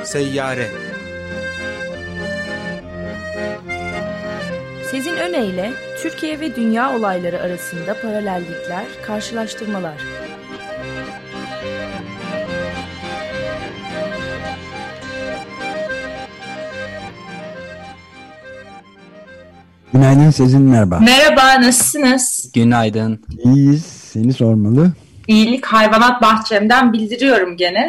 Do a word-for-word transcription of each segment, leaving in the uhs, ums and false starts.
Seyyare. Sezin Öne Türkiye ve dünya olayları arasında paralellikler, karşılaştırmalar. Günaydın Sezin, merhaba. Merhaba, nasılsınız? Günaydın. İyiyiz, seni sormalı. İyilik hayvanat bahçemden bildiriyorum gene.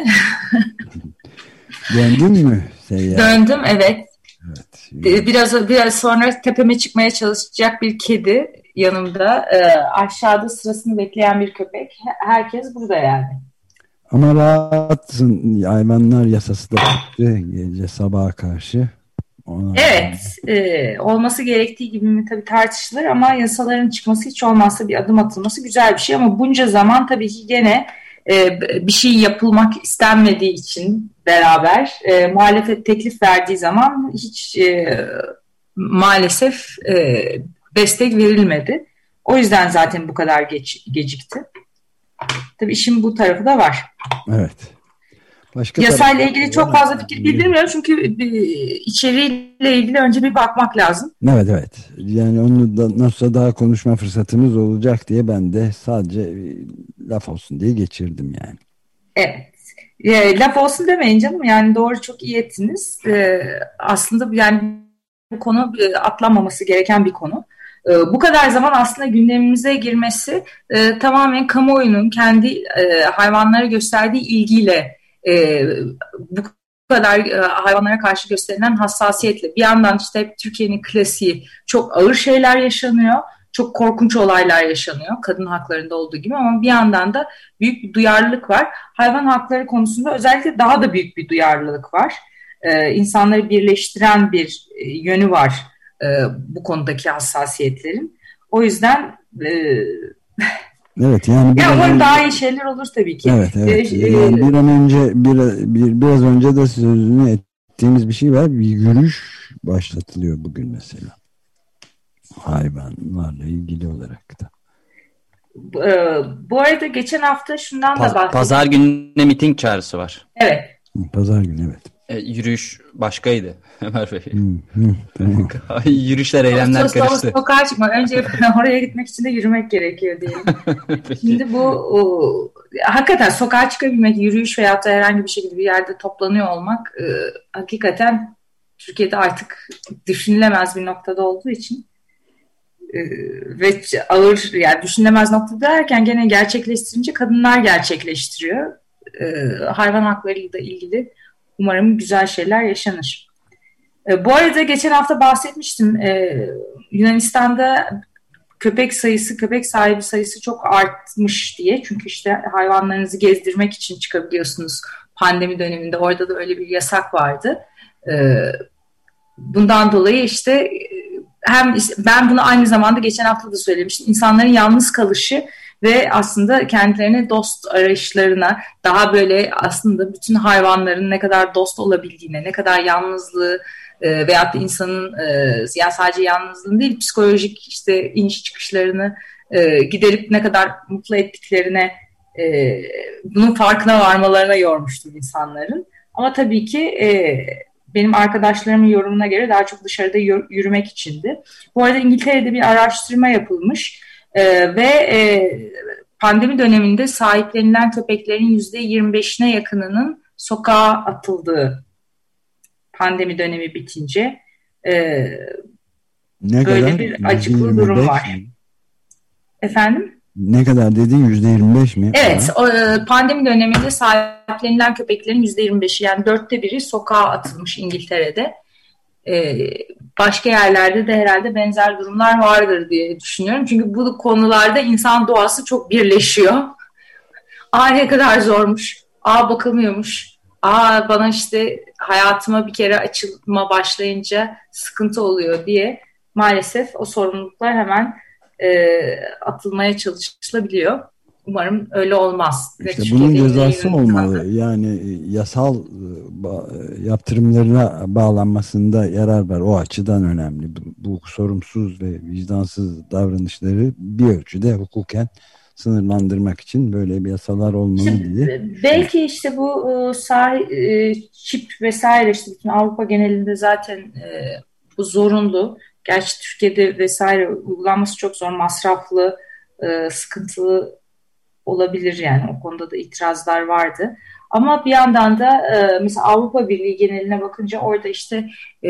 Döndün mü seyyar? Döndüm, evet. Evet. Biraz biraz sonra tepeme çıkmaya çalışacak bir kedi yanımda. Ee, aşağıda sırasını bekleyen bir köpek. Herkes burada yani. Ama rahatsın, hayvanlar yasası da çıktı gece sabaha karşı. Ona evet, e, olması gerektiği gibi mi tabii tartışılır ama yasaların çıkması, hiç olmazsa bir adım atılması güzel bir şey. Ama bunca zaman tabii ki gene e, bir şey yapılmak istenmediği için beraber e, muhalefet teklif verdiği zaman hiç e, maalesef e, destek verilmedi. O yüzden zaten bu kadar geç, gecikti. Tabii işin bu tarafı da var. Evet. Başka yasayla ilgili çok fazla fikir bildirmiyorum çünkü içeriğiyle ilgili önce bir bakmak lazım. Evet evet. Yani onu da nasıl daha konuşma fırsatımız olacak diye ben de sadece laf olsun diye geçirdim yani. Evet. E, laf olsun demeyin canım. Yani doğru, çok iyi ettiniz. E, aslında yani bu konu e, atlanmaması gereken bir konu. E, bu kadar zaman aslında gündemimize girmesi e, tamamen kamuoyunun kendi e, hayvanlara gösterdiği ilgiyle, Ee, bu kadar e, hayvanlara karşı gösterilen hassasiyetle. Bir yandan işte hep Türkiye'nin klasiği, çok ağır şeyler yaşanıyor, çok korkunç olaylar yaşanıyor kadın haklarında olduğu gibi, ama bir yandan da büyük bir duyarlılık var. Hayvan hakları konusunda özellikle daha da büyük bir duyarlılık var. Ee, insanları birleştiren bir e, yönü var e, bu konudaki hassasiyetlerin. O yüzden e, evet yani ya umarım daha iyi şeyler olur tabii ki. Evet evet. Ee, yani bir an önce bir, bir biraz önce de sözünü ettiğimiz bir şey var. Bir yürüyüş başlatılıyor bugün mesela. Hayvanlarla ilgili olarak da. Ee, bu arada geçen hafta şundan Paz- da bahsettim. Pazar gününe miting çağrısı var. Evet. Pazar günü evet. E, yürüyüş başkaydı Ömer Bey. Hmm, hmm, tamam. Yürüyüşler, eylemler so, karıştı. Sokağa çıkmak. Önce oraya gitmek için de yürümek gerekiyor diyelim. Şimdi bu o, hakikaten sokağa çıkabilmek, yürüyüş veyahut da herhangi bir şekilde bir yerde toplanıyor olmak e, hakikaten Türkiye'de artık düşünülemez bir noktada olduğu için e, ve ağır, yani düşünülemez noktada derken gene gerçekleştirince kadınlar gerçekleştiriyor. E, hayvan haklarıyla ilgili umarım güzel şeyler yaşanır. E, bu arada geçen hafta bahsetmiştim. E, Yunanistan'da köpek sayısı, köpek sahibi sayısı çok artmış diye. Çünkü işte hayvanlarınızı gezdirmek için çıkabiliyorsunuz pandemi döneminde. Orada da öyle bir yasak vardı. E, bundan dolayı işte hem işte ben bunu aynı zamanda geçen hafta da söylemiştim. İnsanların yalnız kalışı ve aslında kendilerine dost arayışlarına, daha böyle aslında bütün hayvanların ne kadar dost olabildiğine, ne kadar yalnızlığı e, veyahut da insanın e, yani sadece yalnızlığın değil, psikolojik işte iniş çıkışlarını e, giderip ne kadar mutlu ettiklerine, e, bunun farkına varmalarına yormuştum insanların. Ama tabii ki e, benim arkadaşlarımın yorumuna göre daha çok dışarıda yürümek içindi. Bu arada İngiltere'de bir araştırma yapılmış ee, ve e, pandemi döneminde sahiplenilen köpeklerin yüzde yirmi beşine yakınının sokağa atıldığı, pandemi dönemi bitince e, ne böyle kadar? bir açıklı durum var. Mi? Efendim? Ne kadar dedin? yüzde yirmi beş mi? Evet, o, pandemi döneminde sahiplenilen köpeklerin yüzde yirmi beşi, yani dörtte biri sokağa atılmış İngiltere'de. Ee, başka yerlerde de herhalde benzer durumlar vardır diye düşünüyorum. Çünkü bu konularda insan doğası çok birleşiyor. Aa ne kadar zormuş, aa bakamıyormuş, aa bana işte hayatıma bir kere açılma başlayınca sıkıntı oluyor diye maalesef o sorumluluklar hemen e, atılmaya çalışılabiliyor. Umarım öyle olmaz. İşte bunun cezası olmalı. Yani yasal yaptırımlarına bağlanmasında yarar var. O açıdan önemli. Bu, bu sorumsuz ve vicdansız davranışları bir ölçüde hukuken sınırlandırmak için böyle bir yasalar olmalı işte, diye. Belki işte bu e, sahi, e, çip vesaire işte bütün Avrupa genelinde zaten e, bu zorunlu. Gerçi Türkiye'de vesaire uygulanması çok zor, masraflı, e, sıkıntılı olabilir yani o konuda da itirazlar vardı. Ama bir yandan da e, mesela Avrupa Birliği geneline bakınca orada işte e,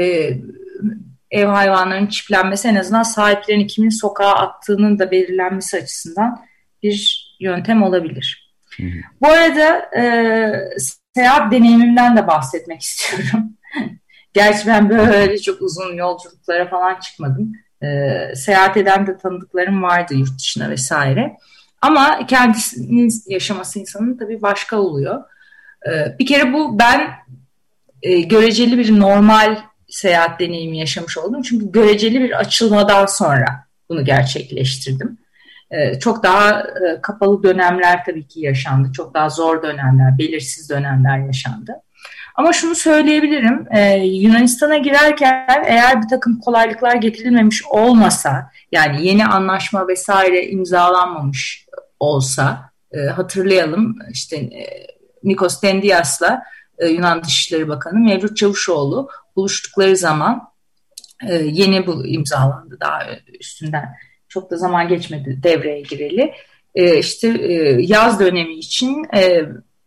ev hayvanlarının çiplenmesi en azından sahiplerini kimin sokağa attığının da belirlenmesi açısından bir yöntem olabilir. Hı hı. Bu arada e, seyahat deneyimimden de bahsetmek istiyorum. Gerçi ben böyle çok uzun yolculuklara falan çıkmadım. E, seyahat eden de tanıdıklarım vardı yurt dışına vesaire. Ama kendisinin yaşaması insanın tabii başka oluyor. E, bir kere bu ben e, göreceli bir normal seyahat deneyimi yaşamış oldum. Çünkü göreceli bir açılmadan sonra bunu gerçekleştirdim. Ee, çok daha e, kapalı dönemler tabii ki yaşandı. Çok daha zor dönemler, belirsiz dönemler yaşandı. Ama şunu söyleyebilirim. E, Yunanistan'a girerken eğer bir takım kolaylıklar getirilmemiş olmasa, yani yeni anlaşma vesaire imzalanmamış olsa, e, hatırlayalım işte e, Nikos Dendias'la e, Yunan Dışişleri Bakanı Mevlüt Çavuşoğlu buluştukları zaman e, yeni bu imzalandı, daha üstünden çok da zaman geçmedi devreye gireli. E, işte e, yaz dönemi için e,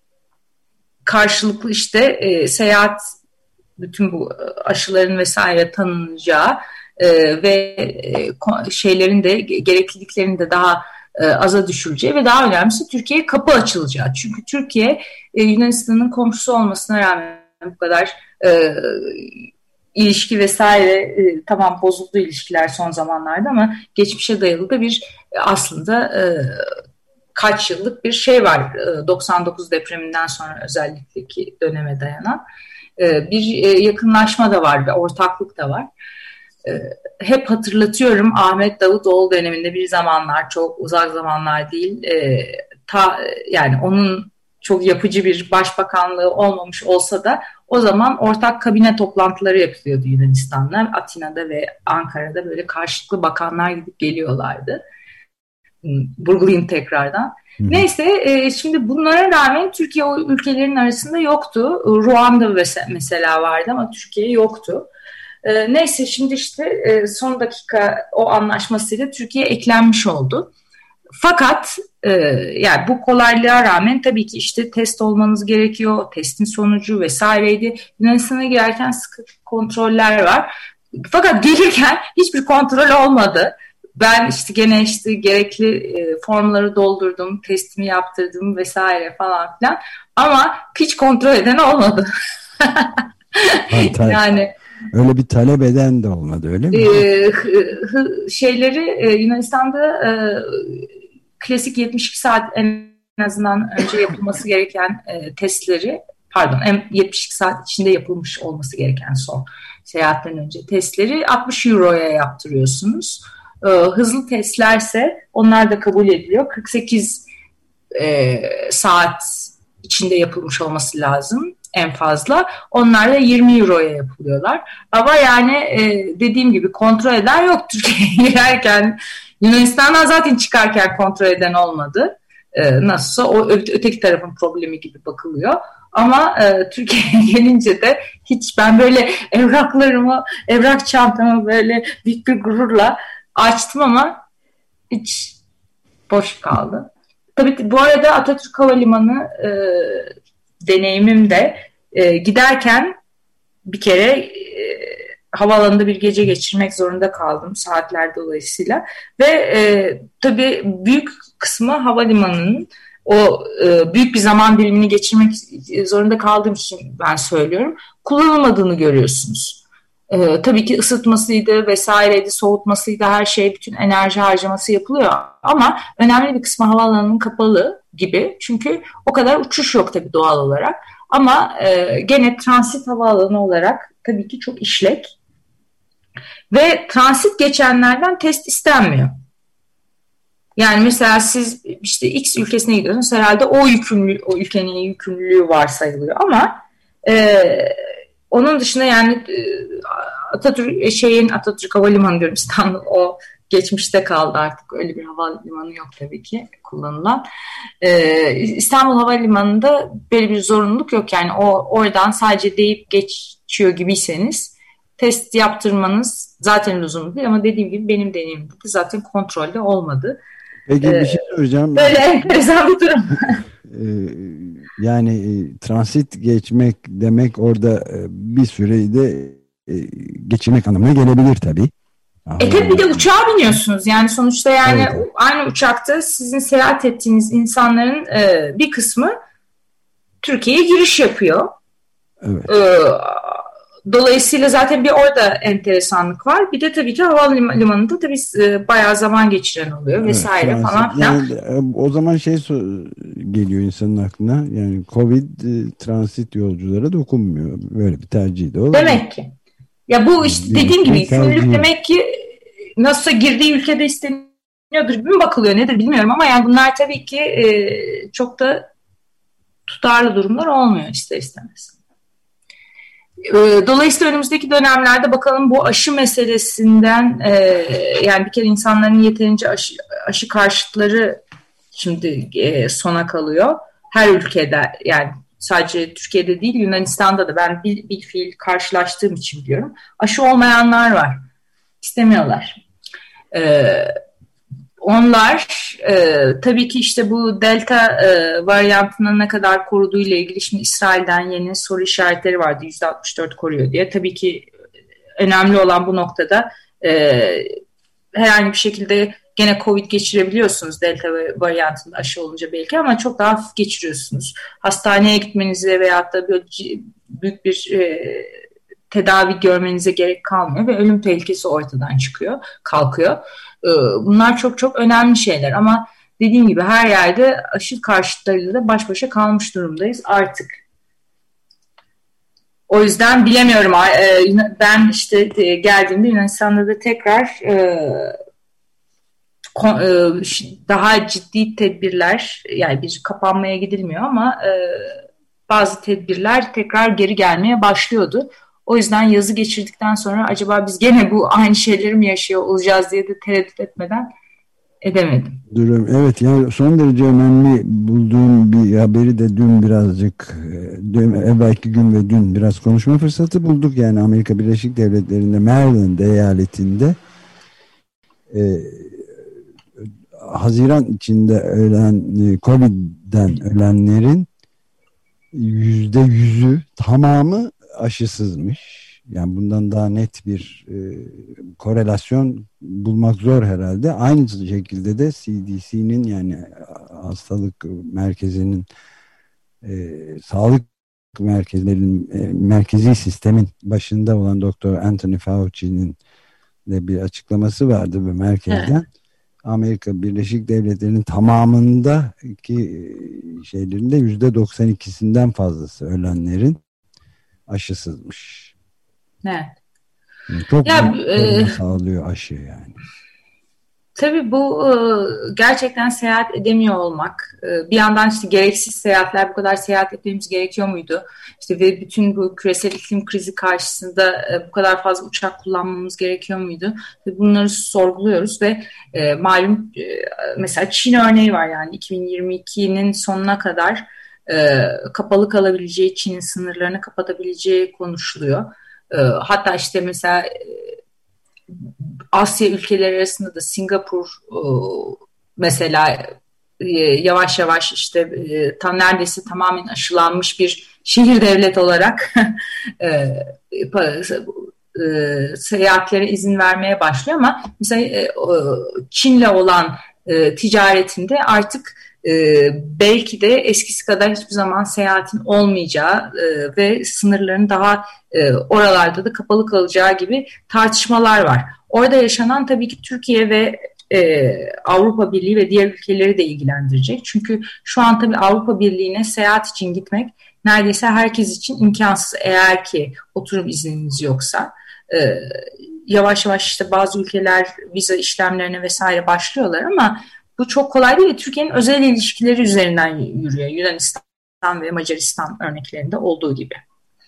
karşılıklı işte e, seyahat, bütün bu aşıların vesaire tanınacağı e, ve e, şeylerin de gerekliliklerin de daha e, aza düşüleceği ve daha önemlisi Türkiye'ye kapı açılacağı. Çünkü Türkiye e, Yunanistan'ın komşusu olmasına rağmen bu kadar e, ilişki vesaire e, tamam bozuldu ilişkiler son zamanlarda ama geçmişe dayalı da bir e, aslında e, kaç yıllık bir şey var. E, doksan dokuz depreminden sonra özellikle ki döneme dayanan e, bir e, yakınlaşma da var ve ortaklık da var. E, hep hatırlatıyorum, Ahmet Davutoğlu döneminde bir zamanlar, çok uzak zamanlar değil, e, ta yani onun çok yapıcı bir başbakanlığı olmamış olsa da o zaman ortak kabine toplantıları yapılıyordu Yunanistan'la. Atina'da ve Ankara'da böyle karşılıklı bakanlar gidip geliyorlardı. Vurgulayayım tekrardan. Hı. Neyse e, şimdi bunlara rağmen Türkiye o ülkelerin arasında yoktu. Ruanda mesela vardı ama Türkiye yoktu. E, neyse şimdi işte e, son dakika o anlaşmasıyla Türkiye eklenmiş oldu. Fakat e, yani bu kolaylığa rağmen tabii ki işte test olmanız gerekiyor. Testin sonucu vesaireydi. Yunanistan'a girerken sıkı kontroller var. Fakat gelirken hiçbir kontrol olmadı. Ben işte gene işte gerekli e, formları doldurdum, testimi yaptırdım vesaire falan filan. Ama hiç kontrol eden olmadı. Yani öyle bir talep eden de olmadı, öyle mi? E, şeyleri e, Yunanistan'da e, klasik yetmiş iki saat en azından önce yapılması gereken e, testleri, pardon yetmiş iki saat içinde yapılmış olması gereken son seyahatten önce testleri altmış euroya yaptırıyorsunuz. E, hızlı testlerse onlar da kabul ediliyor. kırk sekiz e, saat içinde yapılmış olması lazım en fazla. Onlar da yirmi euroya yapılıyorlar. Ama yani e, dediğim gibi kontrol eden yok Türkiye'ye girerken. Yunanistan'dan zaten çıkarken kontrol eden olmadı. E, nasılsa o öteki tarafın problemi gibi bakılıyor. Ama e, Türkiye'ye gelince de hiç, ben böyle evraklarımı, evrak çantamı böyle büyük bir gururla açtım ama hiç boş kaldı. Tabii bu arada Atatürk Havalimanı e, deneyimim de e, giderken bir kere e, havaalanında bir gece geçirmek zorunda kaldım saatler dolayısıyla ve e, tabii büyük kısmı havalimanının o e, büyük bir zaman dilimini geçirmek zorunda kaldığım için ben söylüyorum, kullanılmadığını görüyorsunuz. E, tabii ki ısıtmasıydı vesaireydi, soğutmasıydı, her şey, bütün enerji harcaması yapılıyor ama önemli bir kısmı havaalanının kapalı gibi, çünkü o kadar uçuş yok tabii doğal olarak. Ama e, gene transit havaalanı olarak tabii ki çok işlek ve transit geçenlerden test istenmiyor. Yani mesela siz işte X ülkesine gidiyorsunuz, herhalde o yükümlü, o ülkenin yükümlülüğü varsayılıyor ama e, onun dışında yani e, Atatürk şeyin Atatürk Havalimanı diyorum, İstanbul o geçmişte kaldı artık. Öyle bir havalimanı yok tabii ki kullanılan. Ee, İstanbul Havalimanı'nda böyle bir zorunluluk yok. Yani o oradan sadece deyip geçiyor gibiyseniz test yaptırmanız zaten lüzumlu değil. Ama dediğim gibi benim deneyimimde de zaten kontrolde olmadı. Peki ee, bir şey soracağım. Böyle enteresan bir durum. Yani e, transit geçmek demek orada e, bir süreyi de e, geçirmek anlamına gelebilir tabii. E tabii bir de uçağa biniyorsunuz. Yani sonuçta yani evet. Aynı uçakta sizin seyahat ettiğiniz insanların e, bir kısmı Türkiye'ye giriş yapıyor. Evet. E, dolayısıyla zaten bir orada enteresanlık var. Bir de tabii ki havalimanında tabii e, bayağı zaman geçiren oluyor vesaire evet, falan filan. Yani, o zaman şey geliyor insanın aklına. Yani Covid e, transit yolculara dokunmuyor. Böyle bir tercih de olur. Demek ki. Ya bu işte dediğim gibi yükümlülük demek ki nasıl girdiği ülkede isteniyordur gibi mi bakılıyor nedir bilmiyorum ama yani bunlar tabii ki e, çok da tutarlı durumlar olmuyor ister istemez. E, dolayısıyla önümüzdeki dönemlerde bakalım bu aşı meselesinden e, yani bir kere insanların yeterince aşı, aşı karşıtları şimdi e, sona kalıyor. Her ülkede yani sadece Türkiye'de değil Yunanistan'da da ben bir, bir fiil karşılaştığım için biliyorum. Aşı olmayanlar var. İstemiyorlar. Ee, onlar e, tabii ki işte bu delta e, varyantının ne kadar koruduğu ile ilgili şimdi İsrail'den yeni soru işaretleri vardı. yüzde altmış dört koruyor diye. Tabii ki önemli olan bu noktada e, herhangi bir şekilde gene Covid geçirebiliyorsunuz delta varyantında aşı olunca belki ama çok daha hafif geçiriyorsunuz. Hastaneye gitmenize veyahut da böyle büyük bir e, tedavi görmenize gerek kalmıyor ve ölüm tehlikesi ortadan çıkıyor, kalkıyor. E, bunlar çok çok önemli şeyler ama dediğim gibi her yerde aşı karşıtlarıyla da baş başa kalmış durumdayız artık. O yüzden bilemiyorum. Ben işte geldiğimde Yunanistan'da da tekrar daha ciddi tedbirler, yani bir kapanmaya gidilmiyor ama bazı tedbirler tekrar geri gelmeye başlıyordu. O yüzden yazı geçirdikten sonra acaba biz gene bu aynı şeyleri mi yaşıyor olacağız diye de tereddüt etmeden edemedim. Durum. Evet, yani son derece önemli bulduğum bir haberi de dün birazcık dün, evvelki gün ve dün biraz konuşma fırsatı bulduk. Yani Amerika Birleşik Devletleri'nde Maryland eyaletinde e, Haziran içinde ölen e, Covid'den ölenlerin yüzde yüzü tamamı aşısızmış. Yani bundan daha net bir e, korelasyon bulmak zor herhalde. Aynı şekilde de C D C'nin yani hastalık merkezinin e, sağlık merkezlerinin e, merkezi sistemin başında olan Doktor Anthony Fauci'nin de bir açıklaması vardı bu merkezden. Evet. Amerika Birleşik Devletleri'nin tamamındaki şeylerinde yüzde doksan ikisinden fazlası ölenlerin aşısızmış. Evet. Yani çok ya, e, sağlıyor aşı yani. Tabii bu e, gerçekten seyahat edemiyor olmak. E, bir yandan işte gereksiz seyahatler, bu kadar seyahat etmemiz gerekiyor muydu? İşte ve bütün bu küresel iklim krizi karşısında e, bu kadar fazla uçak kullanmamız gerekiyor muydu? Ve bunları sorguluyoruz ve e, malum e, mesela Çin örneği var yani iki bin yirmi ikinin sonuna kadar e, kapalı kalabileceği, Çin'in sınırlarını kapatabileceği konuşuluyor. E, hatta işte mesela e, Asya ülkeleri arasında da Singapur mesela yavaş yavaş işte tam neredeyse tamamen aşılanmış bir şehir devlet olarak seyahatlere izin vermeye başlıyor ama mesela Çin'le olan ticaretinde artık belki de eskisi kadar hiçbir zaman seyahatin olmayacağı ve sınırların daha oralarda da kapalı kalacağı gibi tartışmalar var. Orada yaşanan tabii ki Türkiye ve e, Avrupa Birliği ve diğer ülkeleri de ilgilendirecek. Çünkü şu an tabii Avrupa Birliği'ne seyahat için gitmek neredeyse herkes için imkansız eğer ki oturum izniniz yoksa. E, yavaş yavaş işte bazı ülkeler vize işlemlerine vesaire başlıyorlar ama bu çok kolay değil. Türkiye'nin özel ilişkileri üzerinden yürüyor. Yunanistan ve Macaristan örneklerinde olduğu gibi.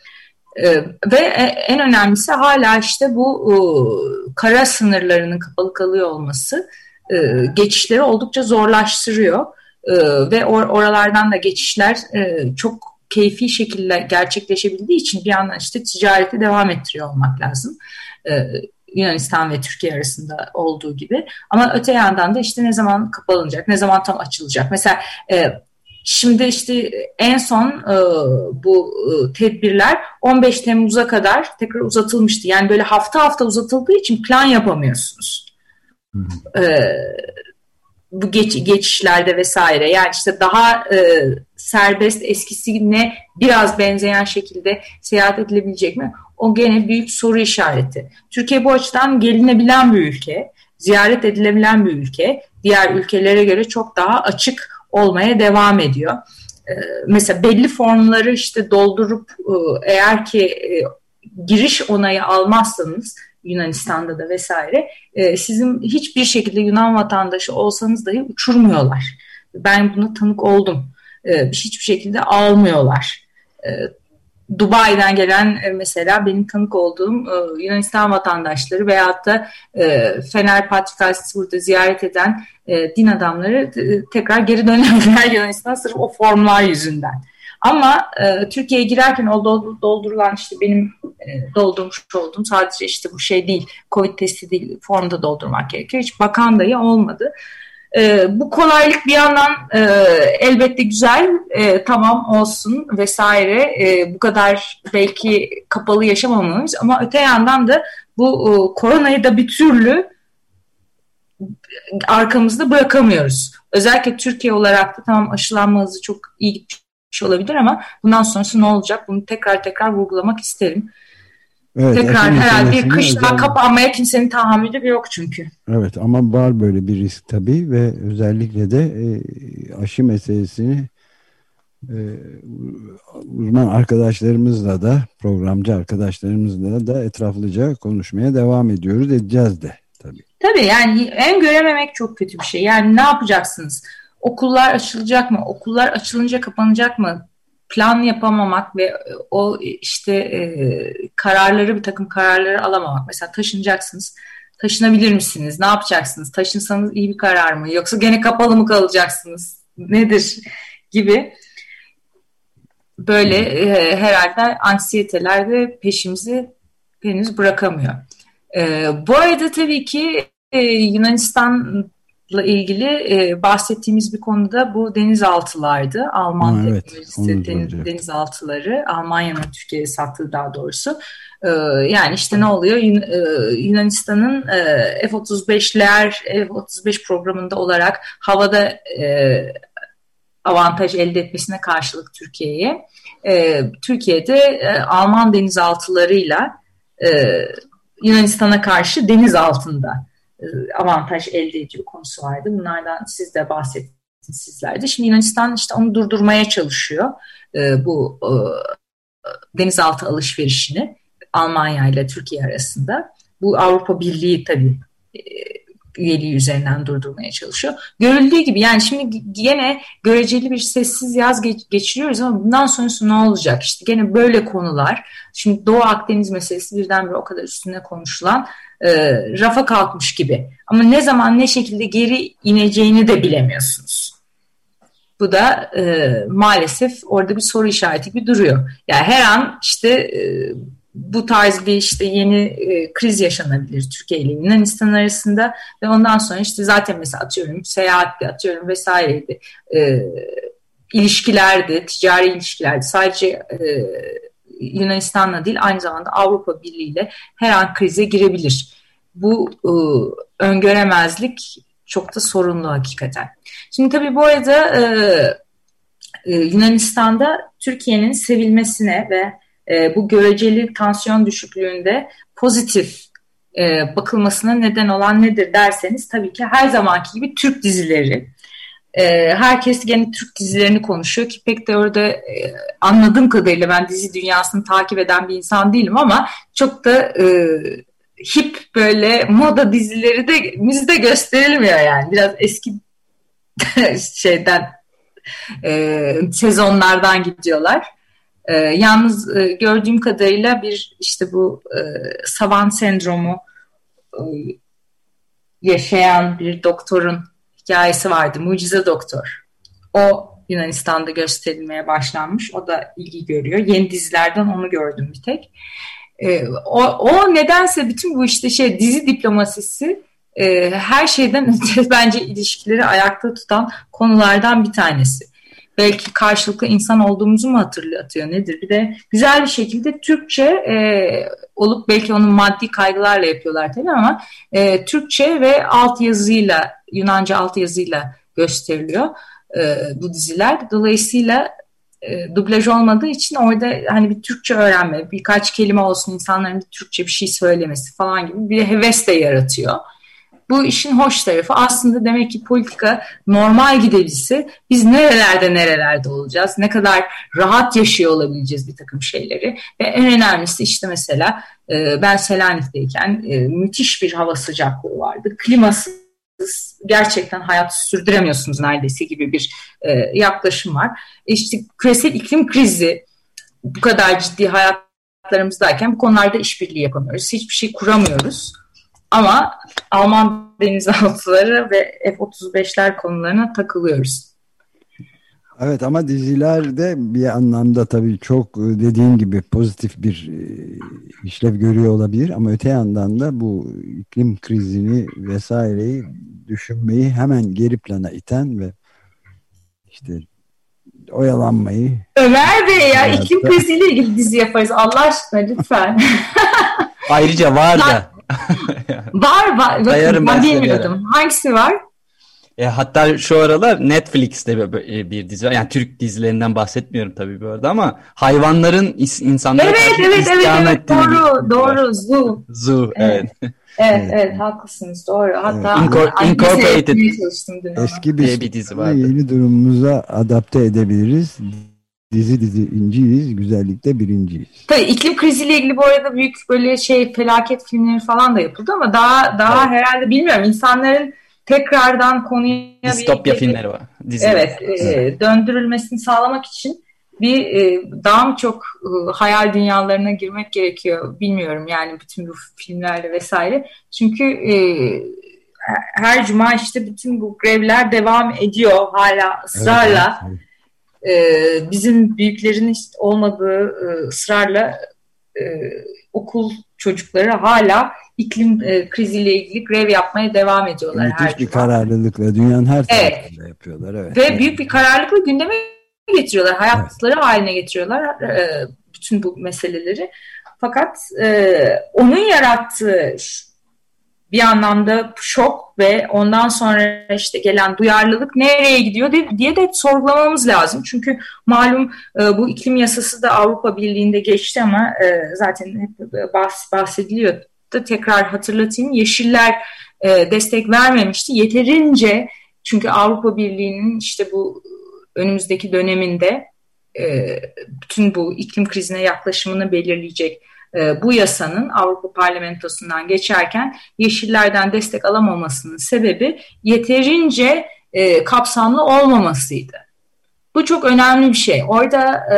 Ee, ve en önemlisi hala işte bu e, kara sınırlarının kapalı kalıyor olması e, geçişleri oldukça zorlaştırıyor. E, ve or- oralardan da geçişler e, çok keyfi şekilde gerçekleşebildiği için bir yandan işte ticareti devam ettiriyor olmak lazım. E, Yunanistan ve Türkiye arasında olduğu gibi. Ama öte yandan da işte ne zaman kapanacak, ne zaman tam açılacak. Mesela e, şimdi işte en son e, bu e, tedbirler on beş Temmuz'a kadar tekrar uzatılmıştı. Yani böyle hafta hafta uzatıldığı için plan yapamıyorsunuz. E, bu geç, geçişlerde vesaire. Yani işte daha e, serbest, eskisine biraz benzeyen şekilde seyahat edilebilecek mi? O gene büyük soru işareti. Türkiye bu açıdan gelinebilen bir ülke, ziyaret edilebilen bir ülke. Diğer ülkelere göre çok daha açık olmaya devam ediyor. Ee, mesela belli formları işte doldurup e, eğer ki e, giriş onayı almazsanız Yunanistan'da da vesaire e, sizin hiçbir şekilde Yunan vatandaşı olsanız dahi uçurmuyorlar. Ben buna tanık oldum. E, hiçbir şekilde almıyorlar. E, Dubai'den gelen e, mesela benim tanık olduğum e, Yunanistan vatandaşları veyahut da e, Fener Patrikarşı'nı burada ziyaret eden e, din adamları e, tekrar geri dönemediler Yunanistan'a sırf o formlar yüzünden. Ama e, Türkiye'ye girerken o doldurulan işte benim e, doldurmuş olduğum sadece işte bu şey değil, Covid testi değil, formda doldurmak gerekiyor. Hiç bakan dahi olmadı. E, bu kolaylık bir yandan e, elbette güzel, e, tamam olsun vesaire, e, bu kadar belki kapalı yaşamamamız ama öte yandan da bu e, koronayı da bir türlü arkamızda bırakamıyoruz. Özellikle Türkiye olarak da tamam aşılanma hızı çok iyi gitmiş olabilir ama bundan sonrası ne olacak? Bunu tekrar tekrar vurgulamak isterim. Evet, tekrar herhalde bir kış daha kapanmaya kimsenin tahammülü yok çünkü. Evet ama var böyle bir risk tabii ve özellikle de e, aşı meselesini e, uzman arkadaşlarımızla da programcı arkadaşlarımızla da etraflıca konuşmaya devam ediyoruz, edeceğiz de tabii. Tabii yani en görememek çok kötü bir şey. Yani ne yapacaksınız? Okullar açılacak mı? Okullar açılınca kapanacak mı? Plan yapamamak ve o işte e, kararları bir takım kararları alamamak. Mesela taşınacaksınız. Taşınabilir misiniz? Ne yapacaksınız? Taşınsanız iyi bir karar mı? Yoksa gene kapalı mı kalacaksınız? Nedir? Gibi. Böyle e, herhalde anksiyeteler de peşimizi henüz bırakamıyor. E, bu arada tabii ki e, Yunanistan ile ilgili e, bahsettiğimiz bir konuda bu denizaltılardı. Alman ha, evet, teknolojisi deniz, denizaltıları. Almanya'nın Türkiye'ye sattığı daha doğrusu. E, yani işte ne oluyor? Yun, e, Yunanistan'ın e, F otuz beşler, F otuz beş programında olarak havada e, avantaj elde etmesine karşılık Türkiye'ye. E, Türkiye'de e, Alman denizaltılarıyla e, Yunanistan'a karşı deniz altında avantaj elde ediyor konusu vardı. Bunlardan siz de bahsettiniz sizler de. Şimdi Yunanistan işte onu durdurmaya çalışıyor. E, bu e, denizaltı alışverişini Almanya ile Türkiye arasında. Bu Avrupa Birliği tabii e, üyeliği üzerinden durdurmaya çalışıyor. Görüldüğü gibi yani şimdi yine göreceli bir sessiz yaz geç, geçiriyoruz ama bundan sonrası ne olacak? İşte gene böyle konular. Şimdi Doğu Akdeniz meselesi birdenbire o kadar üstüne konuşulan e, rafa kalkmış gibi. Ama ne zaman ne şekilde geri ineceğini de bilemiyorsunuz. Bu da e, maalesef orada bir soru işareti gibi duruyor. Yani her an işte e, bu tarz bir işte yeni e, kriz yaşanabilir Türkiye ile Yunanistan arasında ve ondan sonra işte zaten mesela atıyorum seyahatte atıyorum vesaireydi, e, ilişkilerdi, ticari ilişkilerdi. Sadece e, Yunanistan'la değil aynı zamanda Avrupa Birliği ile her an krize girebilir. Bu e, öngöremezlik çok da sorunlu hakikaten. Şimdi tabii bu arada e, e, Yunanistan'da Türkiye'nin sevilmesine ve e, bu göreceli tansiyon düşüklüğünde pozitif e, bakılmasına neden olan nedir derseniz tabii ki her zamanki gibi Türk dizileri. E, herkes gene Türk dizilerini konuşuyor ki pek de orada e, anladığım kadarıyla ben dizi dünyasını takip eden bir insan değilim ama çok da e, hip böyle moda dizileri de bizde gösterilmiyor yani. Biraz eski şeyden e, sezonlardan gidiyorlar. E, yalnız e, gördüğüm kadarıyla bir işte bu e, savan sendromu e, yaşayan bir doktorun hikayesi vardı. Mucize Doktor. O Yunanistan'da gösterilmeye başlanmış. O da ilgi görüyor. Yeni dizilerden onu gördüm bir tek. E, o, o nedense bütün bu işte şey dizi diplomasisi e, her şeyden önce bence ilişkileri ayakta tutan konulardan bir tanesi. Belki karşılıklı insan olduğumuzu mu hatırlatıyor nedir? Bir de güzel bir şekilde Türkçe e, olup belki onun maddi kaygılarla yapıyorlar tabii ama e, Türkçe ve altyazıyla Yunanca altyazıyla gösteriliyor e, bu diziler. Dolayısıyla e, dublaj olmadığı için orada hani bir Türkçe öğrenme, birkaç kelime olsun insanların bir Türkçe bir şey söylemesi falan gibi bir heves de yaratıyor. Bu işin hoş tarafı aslında demek ki politika normal gidebilse biz nerelerde nerelerde olacağız, ne kadar rahat yaşıyor olabileceğiz bir takım şeyleri ve en önemlisi işte mesela e, ben Selanik'teyken e, müthiş bir hava sıcaklığı vardı. Klimasız gerçekten hayatı sürdüremiyorsunuz neredeyse gibi bir e, yaklaşım var. İşte küresel iklim krizi bu kadar ciddi hayatlarımızdayken bu konularda işbirliği yapamıyoruz. Hiçbir şey kuramıyoruz. Ama Alman denizaltıları ve F otuz beşler konularına takılıyoruz. Evet ama dizilerde bir anlamda tabii çok dediğin gibi pozitif bir işlev görüyor olabilir ama öte yandan da bu iklim krizini vesaireyi düşünmeyi hemen geri plana iten ve işte oyalanmayı. Ömer Bey ya hayatta... iklim kriziyle ilgili dizi yaparız Allah aşkına lütfen. Ayrıca var da. var var. Bakın, ben bilmiyordum. Hangisi var? E, hatta şu aralar Netflix'te bir, bir dizi var. Yani Türk dizilerinden bahsetmiyorum tabii bu arada ama hayvanların insanlara evet, karşı evet, isyan evet, ettiğini. Doğru, doğru. Zoo. Zoo, evet. Evet, evet, evet haklısınız. Doğru. Hatta evet. Incor- Incorporated. Eski bir, bir dizi vardı. Yeni durumumuza adapte edebiliriz. Dizi dizi inciyiz, güzellikte birinciyiz. Tabii iklim kriziyle ilgili bu arada büyük böyle şey felaket filmleri falan da yapıldı ama daha daha evet. herhalde bilmiyorum insanların tekrardan konuya distopya bir, filmleri var. Diziler. Evet, evet. E, döndürülmesini sağlamak için bir e, daha mı çok e, hayal dünyalarına girmek gerekiyor bilmiyorum yani bütün bu filmlerle vesaire. Çünkü e, her cuma işte bütün bu grevler devam ediyor hala ısrarla. Evet, evet. Ee, bizim büyüklerin hiç olmadığı e, ısrarla e, okul çocukları hala iklim e, kriziyle ilgili grev yapmaya devam ediyorlar. Müthiş her bir cuma. Kararlılıkla dünyanın her tarafında evet. yapıyorlar. Evet. Ve evet. büyük bir kararlılıkla gündeme getiriyorlar. Hayatları evet. haline getiriyorlar e, bütün bu meseleleri. Fakat e, onun yarattığı bir anlamda şok ve ondan sonra işte gelen duyarlılık nereye gidiyor diye de sorgulamamız lazım. Çünkü malum bu iklim yasası da Avrupa Birliği'nde geçti ama zaten hep bahsediliyor da tekrar hatırlatayım. Yeşiller destek vermemişti. Yeterince çünkü Avrupa Birliği'nin işte bu önümüzdeki döneminde bütün bu iklim krizine yaklaşımını belirleyecek bu yasanın Avrupa Parlamentosu'ndan geçerken Yeşillerden destek alamamasının sebebi yeterince e, kapsamlı olmamasıydı. Bu çok önemli bir şey. Orada e,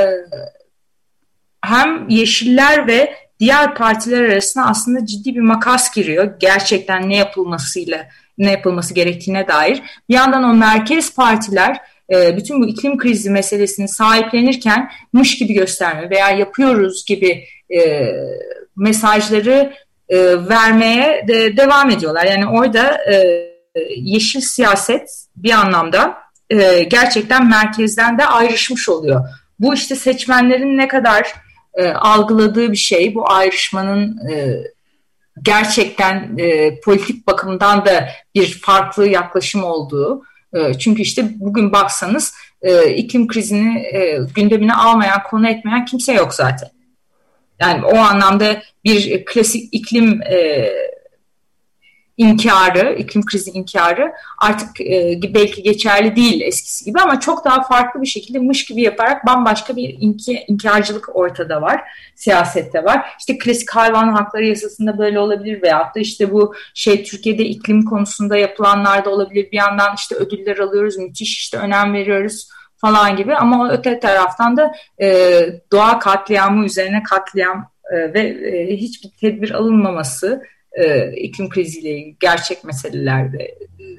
hem Yeşiller ve diğer partiler arasında aslında ciddi bir makas giriyor. Gerçekten ne yapılmasıyla ne yapılması gerektiğine dair. Bir yandan o merkez partiler e, bütün bu iklim krizi meselesini sahiplenirken mış gibi gösterme veya yapıyoruz gibi E, mesajları e, vermeye de devam ediyorlar. Yani orada e, yeşil siyaset bir anlamda e, gerçekten merkezden de ayrışmış oluyor. Bu işte seçmenlerin ne kadar e, algıladığı bir şey. Bu ayrışmanın e, gerçekten e, politik bakımdan da bir farklı yaklaşım olduğu. E, çünkü işte bugün baksanız e, iklim krizini e, gündemine almayan, konu etmeyen kimse yok zaten. Yani o anlamda bir klasik iklim e, inkarı, iklim krizi inkarı artık e, belki geçerli değil eskisi gibi ama çok daha farklı bir şekilde mış gibi yaparak bambaşka bir inki, inkarcılık ortada var, siyasette var. İşte klasik hayvan hakları yasasında böyle olabilir veyahut da işte bu şey Türkiye'de iklim konusunda yapılanlar da olabilir. Bir yandan işte ödüller alıyoruz, müthiş işte önem veriyoruz falan gibi, ama öte taraftan da e, doğa katliamı üzerine katliam e, ve e, hiçbir tedbir alınmaması, e, iklim kriziyle gerçek meselelerde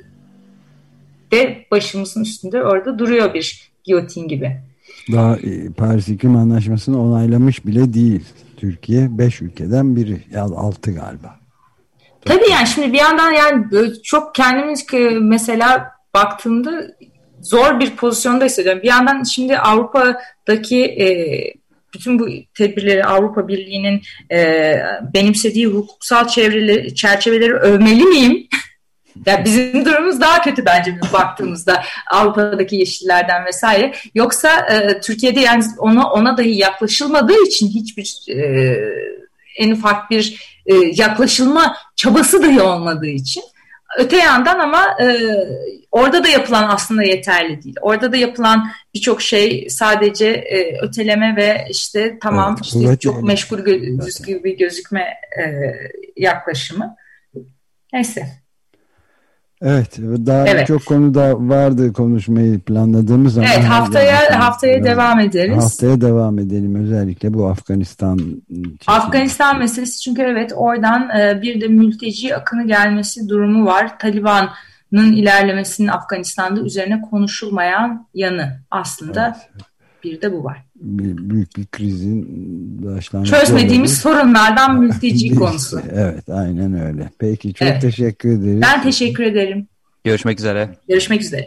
de başımızın üstünde orada duruyor bir giyotin gibi. Daha e, Paris İklim Anlaşması'nı onaylamış bile değil Türkiye. Beş ülkeden biri ya altı galiba. Tabii yani şimdi bir yandan yani çok kendimiz mesela baktığımda zor bir pozisyonda hissediyorum. Bir yandan şimdi Avrupa'daki e, bütün bu tedbirleri Avrupa Birliği'nin e, benimsediği hukuksal çevreleri, çerçeveleri övmeli miyim? Ya bizim durumumuz daha kötü bence baktığımızda Avrupa'daki yeşillerden vesaire. Yoksa e, Türkiye'de yani ona ona dahi yaklaşılmadığı için hiçbir e, en ufak bir e, yaklaşılma çabası dahi olmadığı için. Öte yandan ama e, orada da yapılan aslında yeterli değil. Orada da yapılan birçok şey sadece e, öteleme ve işte tamam evet, işte çok yani meşgul gö- gibi gözükme e, yaklaşımı. Neyse. Evet, daha evet. çok konu da vardı konuşmayı planladığımız ama. Evet, haftaya yani, haftaya evet, devam ederiz. Haftaya devam edelim, özellikle bu Afganistan. Afganistan meselesi, çünkü evet oradan e, bir de mülteci akını gelmesi durumu var. Taliban'ın ilerlemesinin Afganistan'da üzerine konuşulmayan yanı aslında evet. Bir de bu var. Bir, büyük bir krizin başlangıcı. Çözmediğimiz sorunlardan mülteci konusu. Evet, aynen öyle. Peki, çok evet. teşekkür ederiz. Ben teşekkür ederim. Görüşmek üzere. Görüşmek üzere.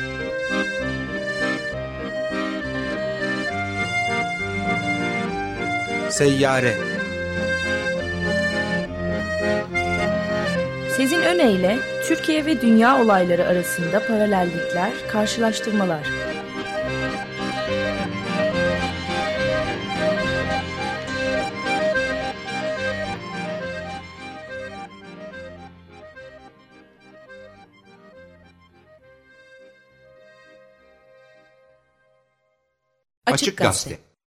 Seyyare. Sezin Öne Türkiye ve dünya olayları arasında paralellikler, karşılaştırmalar. Açık Gazete.